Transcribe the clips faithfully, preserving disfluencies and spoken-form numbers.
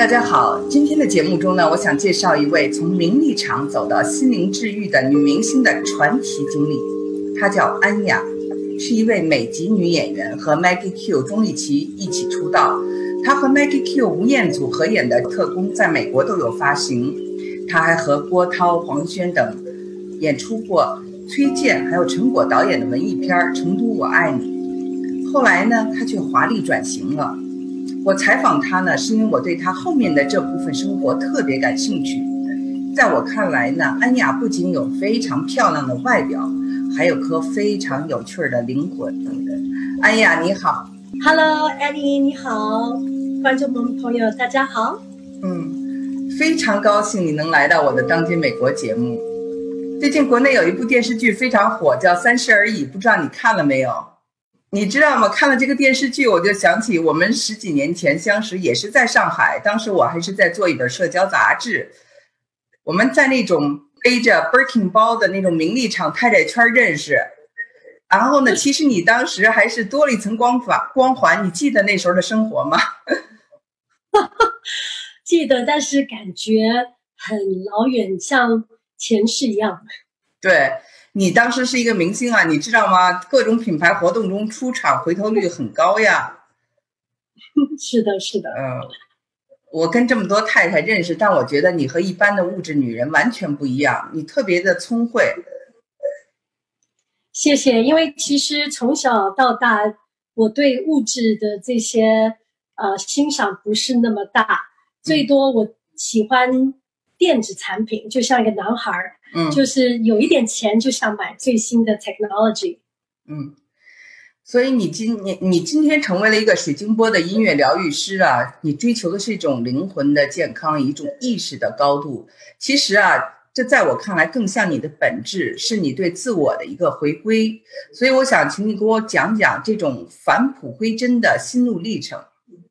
家好，今天的节目中呢，我想介绍一位从名利场走到心灵治愈的女明星的传奇经历。她叫安雅，是一位美籍女演员，和 Maggie Q 钟丽祺一起出道。她和 Maggie Q 吴彦祖合演的《特工》在美国都有发行。她还和郭涛、黄轩等演出过崔健还有陈果导演的文艺片《成都我爱你》。后来呢，她却华丽转型了。我采访她呢，是因为我对她后面的这部分生活特别感兴趣。在我看来呢，安雅不仅有非常漂亮的外表，还有颗非常有趣的灵魂。安雅你好。 Hello Annie 你好，观众朋友大家好。 嗯，非常高兴你能来到我的当今美国节目。最近国内有一部电视剧非常火，叫《三十而已》，不知道你看了没有？你知道吗？看了这个电视剧，我就想起我们十几年前相识，也是在上海，当时我还是在做一本社交杂志。我们在那种背着 Birkin 包的那种名利场太太圈认识。然后呢，其实你当时还是多了一层光环，光环，你记得那时候的生活吗？ 记得，但是感觉很老远，像前世一样。对， 你当时是一个明星啊，你知道吗？各种品牌活动中出场回头率很高呀。 是的，是的。 嗯，我跟这么多太太认识，但我觉得你和一般的物质女人完全不一样，你特别的聪慧。 谢谢，因为其实从小到大，我对物质的这些呃欣赏不是那么大，最多我喜欢电子产品，就像一个男孩，嗯，就是有一点钱就想买最新的 technology。 嗯，所以你今你你今天成为了一个水晶波的音乐疗愈师啊，你追求的是一种灵魂的健康，一种意识的高度。其实啊，这在我看来更像你的本质，是你对自我的一个回归。所以我想请你给我讲讲这种返璞归真的心路历程。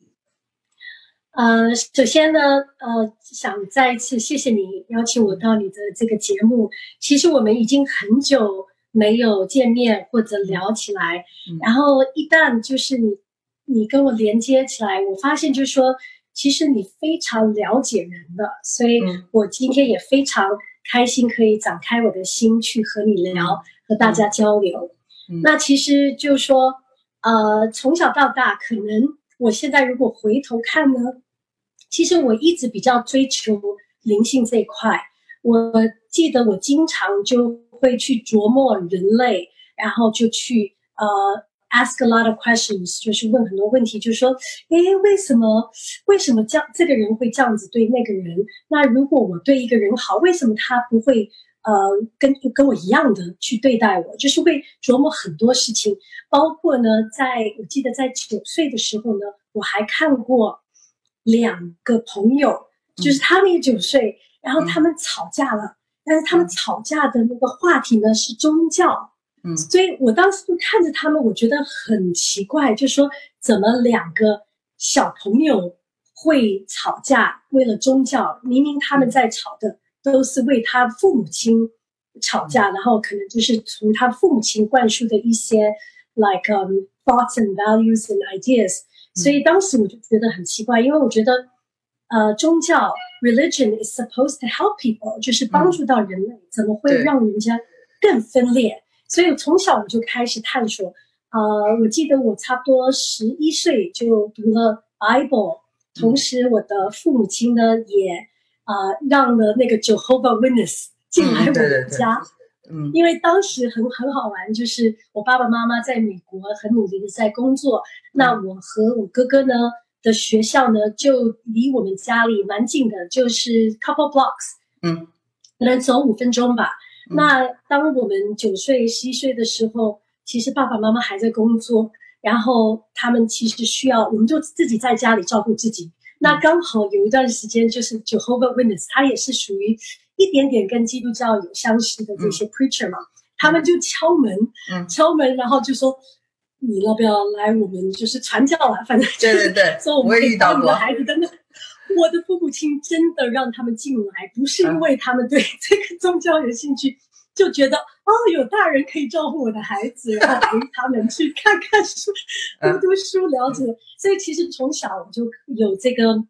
呃，首先呢，呃，想再一次谢谢你邀请我到你的这个节目。其实我们已经很久没有见面或者聊起来，嗯、然后一旦就是你你跟我连接起来，我发现就是说，其实你非常了解人的，所以我今天也非常开心可以展开我的心去和你聊，嗯、和大家交流。嗯、那其实就是说，呃，从小到大，可能我现在如果回头看呢，其实我一直比较追求灵性这一块。我记得我经常就会去琢磨人类，然后就去呃 ask a lot of questions， 就是问很多问题，就是说，诶，为什么为什么这样这个人会这样子对那个人？那如果我对一个人好，为什么他不会呃跟跟我一样的去对待我？就是会琢磨很多事情，包括呢，在我记得在九岁的时候呢，我还看过两个朋友，就是他们也九岁，然后他们吵架了，但是他们吵架的那个话题呢是宗教，嗯，所以我当时就看着他们，我觉得很奇怪，就说怎么两个小朋友会吵架，为了宗教，明明他们在吵的都是为他父母亲吵架，然后可能就是从他父母亲灌输的一些 like、um, thoughts and values and ideas。所以当时我就觉得很奇怪，因为我觉得，呃，宗教 religion is supposed to help people， 就是帮助到人类，嗯、怎么会让人家更分裂？所以从小我就开始探索。呃，我记得我差不多十一岁就读了 Bible， 同时我的父母亲呢也呃让了那个 Jehovah Witness 进来我们家。嗯对对对嗯，因为当时很很好玩，就是我爸爸妈妈在美国很努力的在工作，那我和我哥哥呢的学校呢就离我们家里蛮近的，就是 couple blocks， 嗯，可能走五分钟吧。嗯、那当我们九岁、十一岁的时候，其实爸爸妈妈还在工作，然后他们其实需要，我们就自己在家里照顾自己。那刚好有一段时间，就是 Jehovah Witness， 他也是属于一点点跟基督教有相似的这些 preacher 嘛，嗯、他们就敲门，嗯、敲门，然后就说你要不要来我们就是传教了，反正对对对， 说我们可以帮你的孩子等等。我的父母亲真的让他们进来，不是因为他们对这个宗教有兴趣，就觉得哦，有大人可以照顾我的孩子，然后陪他们去看看书、读读书、了解。所以其实从小我就有这个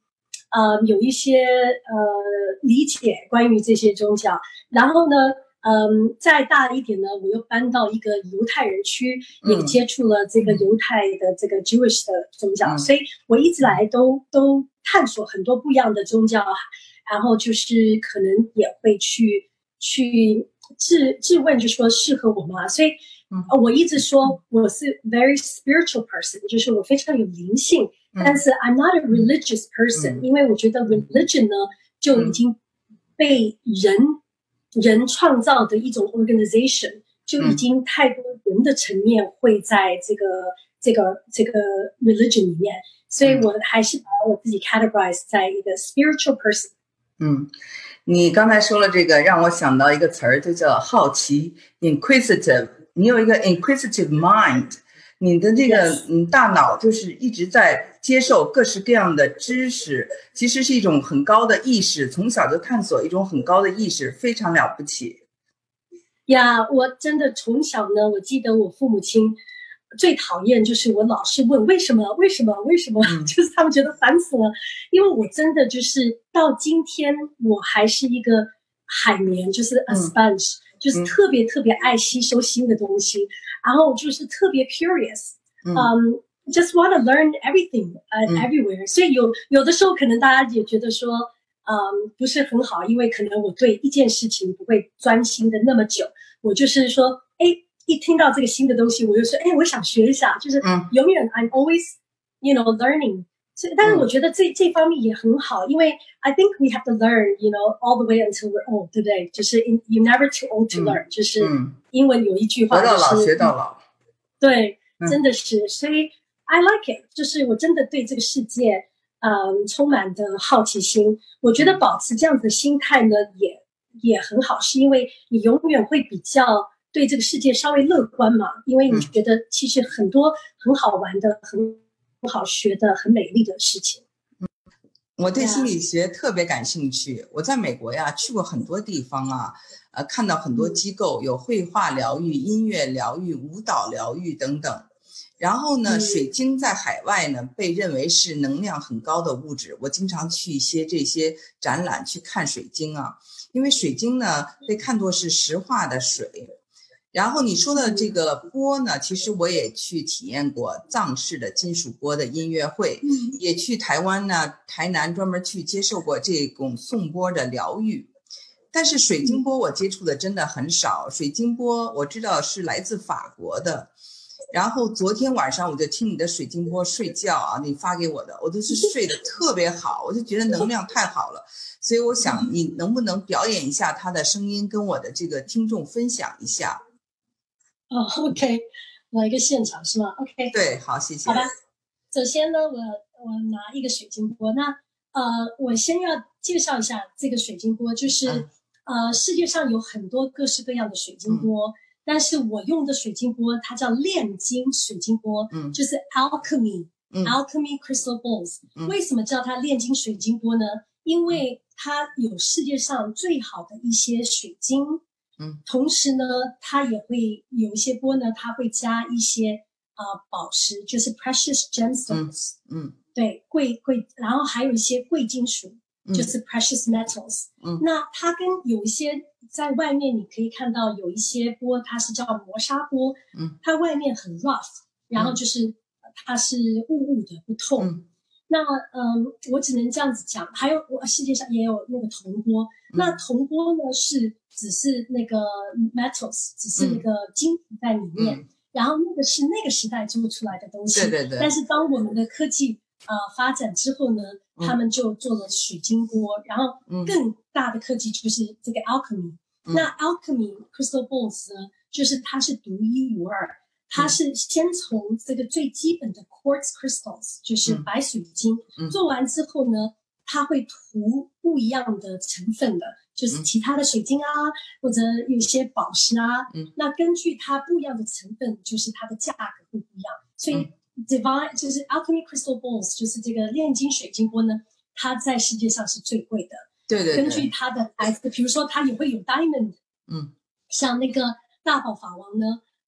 呃有一些呃理解关于这些宗教。然后呢，嗯，再大一点呢，我又搬到一个犹太人区，也接触了这个犹太的这个 Jewish 的宗教， 嗯、 所以我一直来都都探索很多不一样的宗教，然后就是可能也会去去质质问，就说适合我吗？所以。 嗯， 我一直说我是 very spiritual person， 就是我非常有灵性， 嗯、 但是 I'm not a religious person，、嗯、因为我觉得 religion 呢、嗯、就已经被人、嗯、人创造的一种 organization， 就已经太多人的层面会在这个、嗯、这个这个 religion 里面，所以我还是把我自己 categorize 在一个 spiritual person。 嗯，你刚才说了这个，让我想到一个词儿，就叫好奇 ，inquisitive。你有一个 inquisitive mind， 你的这个 yes. 嗯大脑就是一直在接受各式各样的知识，其实是一种很高的意识，从小就探索一种很高的意识，非常了不起。 呀、yeah, 我真的从小呢，我记得我父母亲最讨厌就是我老是问为什么为什么为什么、嗯、就是他们觉得烦死了，因为我真的就是到今天我还是一个海绵，就是 a sponge、嗯，就是特别特别爱吸收新的东西，嗯、然后就是特别 curious， 嗯、um, just want to learn everything uh, 嗯 everywhere， 所以有有的时候可能大家也觉得说，嗯，不是很好，因为可能我对一件事情不会专心的那么久，我就是说，哎，一听到这个新的东西，我就说，哎，我想学一下，就是永远 I'm always you know learning。但是我觉得这、嗯、这方面也很好，因为 I think we have to learn, you know, all the way until we're old， 对不对？就是 in, you're never too old to learn，、嗯、就是英文有一句话，就是活到老学到老。 对，真的是，嗯、所以 I like it， 就是我真的对这个世界，嗯，充满的好奇心。我觉得保持这样子的心态呢，也也很好，是因为你永远会比较对这个世界稍微乐观嘛，因为你觉得其实很多很好玩的、很不好学的很美丽的事情。 我对心理学特别感兴趣，我在美国呀去过很多地方啊，呃，看到很多机构，有绘画疗愈、音乐疗愈、舞蹈疗愈等等。然后呢，水晶在海外呢被认为是能量很高的物质，我经常去一些这些展览去看水晶啊，因为水晶呢被看作是石化的水。然后你说的这个钵呢，其实我也去体验过藏式的金属钵的音乐会，也去台湾呢台南专门去接受过这种颂钵的疗愈。但是水晶钵我接触的真的很少，水晶钵我知道是来自法国的。然后昨天晚上我就听你的水晶钵睡觉啊，你发给我的，我都是睡得特别好，我就觉得能量太好了，所以我想你能不能表演一下他的声音，跟我的这个听众分享一下。 哦、oh, ，OK， 来一个现场是吗 ？OK， 对，好，谢谢。 好吧，首先呢，我我拿一个水晶钵，那呃，我先要介绍一下这个水晶钵，就是、嗯、呃，世界上有很多各式各样的水晶钵。嗯，但是我用的水晶钵它叫炼金水晶钵，嗯，就是 alchemy，嗯 alchemy crystal balls，嗯。为什么叫它炼金水晶钵呢？因为它有世界上最好的一些水晶，嗯，同时呢，它也会有一些钵呢，它会加一些呃宝石，就是 precious gemstones，嗯，嗯对，贵贵，然后还有一些贵金属。就是 precious metals，嗯，那它跟有一些在外面你可以看到有一些钵，它是叫磨砂钵，嗯，它外面很 rough， 然后就是它是雾雾的不透。嗯，那嗯，我只能这样子讲。还有我世界上也有那个铜钵，嗯，那铜钵呢是只是那个 metals， 只是那个金属在里面，嗯，然后那个是那个时代做出来的东西。 对对对。 但是当我们的科技呃发展之后呢，他们就做了水晶钵，嗯，然后更大的科技就是这个 alchemy，嗯，那 alchemy crystal balls 呢，就是它是独一无二，它是先从这个最基本的 quartz crystals， 就是白水晶，嗯，做完之后呢，它会涂不一样的成分的，就是其他的水晶啊，嗯，或者有些宝石啊，嗯，那根据它不一样的成分，就是它的价格会不一样，所以，嗯Divine 就是 Alchemy Crystal Balls， 就是这个炼金水晶钵呢，它在世界上是最贵的。 对对对。 根据它的牌子，比如说它也会有 Diamond， 嗯，像那个大宝法王呢，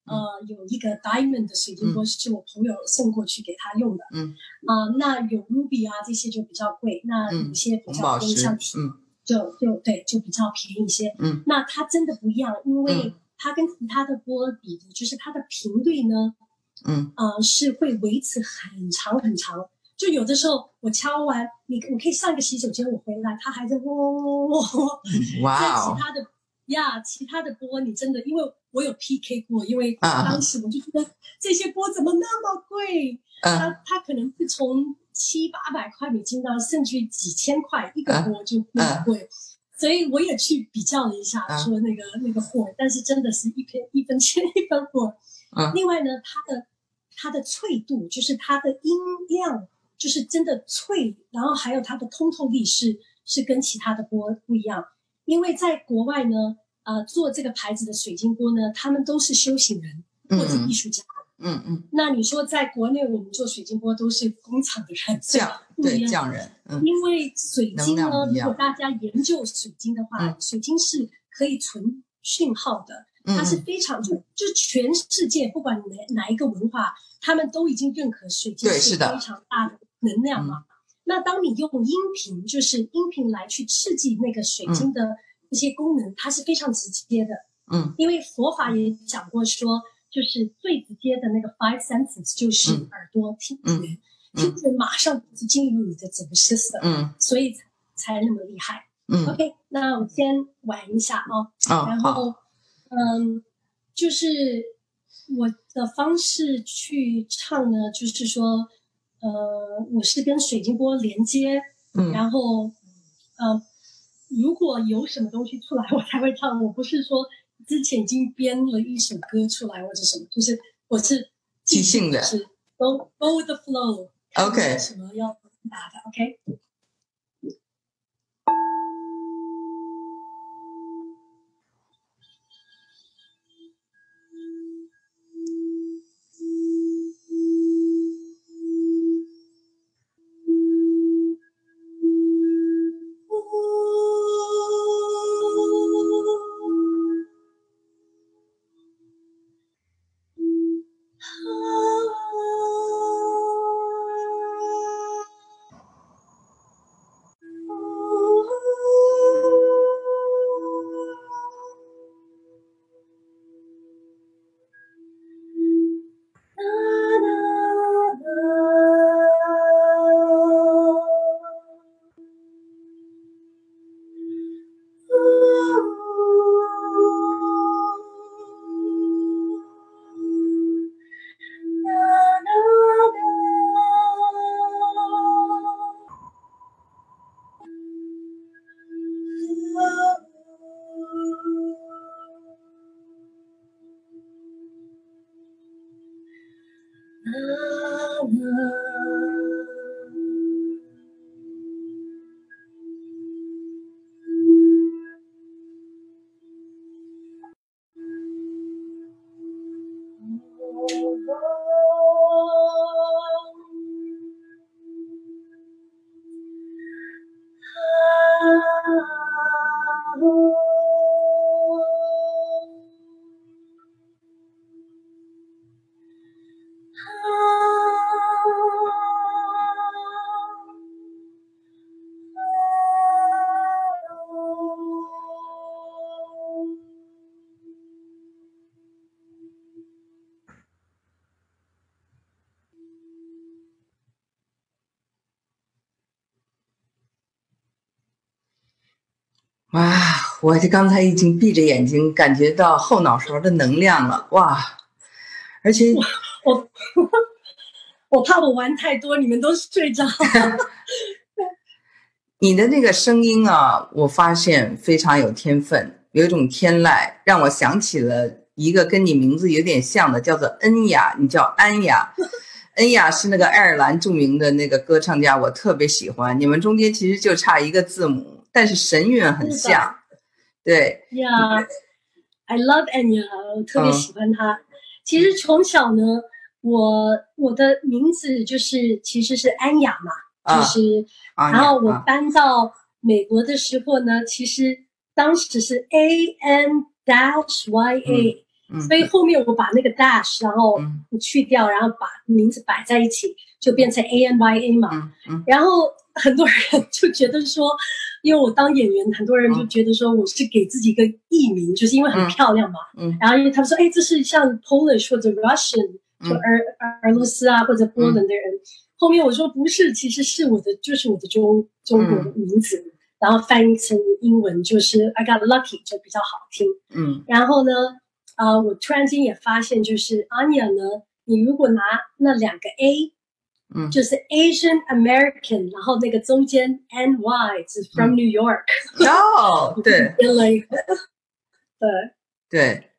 呃，有一个 diamond 的水晶波是我朋友送过去给他用的。 嗯， 啊、呃，那有 ruby 啊这些就比较贵，那有些比较便宜，像嗯， 就就对，就比较便宜一些。 嗯， 那它真的不一样，因为它跟其他的波比的，就是它的频率呢， 嗯， 呃，是会维持很长很长。就有的时候我敲完，你我可以上个洗手间，我回来它还在嗡嗡嗡嗡嗡。 哇哦！其他的呀，其他的波你真的，因为我有 P K 过，因为当时我就觉得这些波怎么那么贵？ 嗯、 它它可能是从七八百块美金到甚至于几千块一个波就那么贵。嗯，所以我也去比较了一下，说那个、嗯、那个货，但是真的是一分一分钱一分货。嗯，另外呢，它的它的脆度，就是它的音量，就是真的脆，然后还有它的通透力是是跟其他的波不一样。因为在国外呢，呃，做这个牌子的水晶波呢，他们都是修行人或者艺术家。嗯嗯。那你说在国内我们做水匠波都是工厂的人， 匠对匠人。 嗯。因为水晶呢，如果大家研究水晶的话，嗯、水晶是可以存讯号的，它是非常就就全世界不管哪哪一个文化，他们都已经认可水晶是非常大的能量嘛。那当你用音频，就是音频来去刺激那个水晶的这些功能，嗯、它是非常直接的。嗯，因为佛法也讲过说，就是最直接的那个 five senses 就是耳朵、嗯、听觉，嗯、听觉马上就进入你的整个 system，嗯，所以才才那么厉害。嗯 ，OK， 那我先玩一下哦，哦然后，嗯，就是我的方式去唱呢，就是说。呃，我是跟水晶波连接，嗯，然后，呃，如果有什么东西出来，我才会唱。我不是说之前已经编了一首歌出来或者什么，就是我是即兴的， 是 go go with the flow。OK， 什么要打的 ？OK。 哇，我这刚才已经闭着眼睛感觉到后脑勺的能量了，哇！而且我我我怕我玩太多，你们都睡着。 你的那个声音啊，我发现非常有天分，有一种天籁，让我想起了一个跟你名字有点像的，叫做恩雅，你叫安雅。恩雅是那个爱尔兰著名的那个歌唱家，我特别喜欢。你们中间其实就差一个字母，但是神韵很像。对 ，Yeah， I love Anya， 我特别喜欢她。嗯、其实从小呢，我我的名字就是其实是安雅嘛，啊、就是，啊、然后我搬到美国的时候呢，啊、其实当时是 A N dash Y A，、嗯、 嗯，所以后面我把那个 dash 然后去掉，然后把名字摆在一起，就变成 A N Y A 嘛。嗯嗯，然后很多人就觉得说，因为我当演员，很多人就觉得说我是给自己一个艺名，就是因为很漂亮嘛。嗯，然后因为他们说，哎，这是像 Polish 或者 Russian， 就俄俄罗斯啊或者波兰的人。后面我说不是，其实是我的，就是我的中中国的名字。嗯，然后翻译成英文就是 I got lucky， 就比较好听。嗯，然后呢，呃，我突然间也发现，就是 Anya 呢，你如果拿那两个 A， 嗯，就是 Asian American， 然后那个中间 N Y 是 from New York。 哦，对， 编了一个，对对。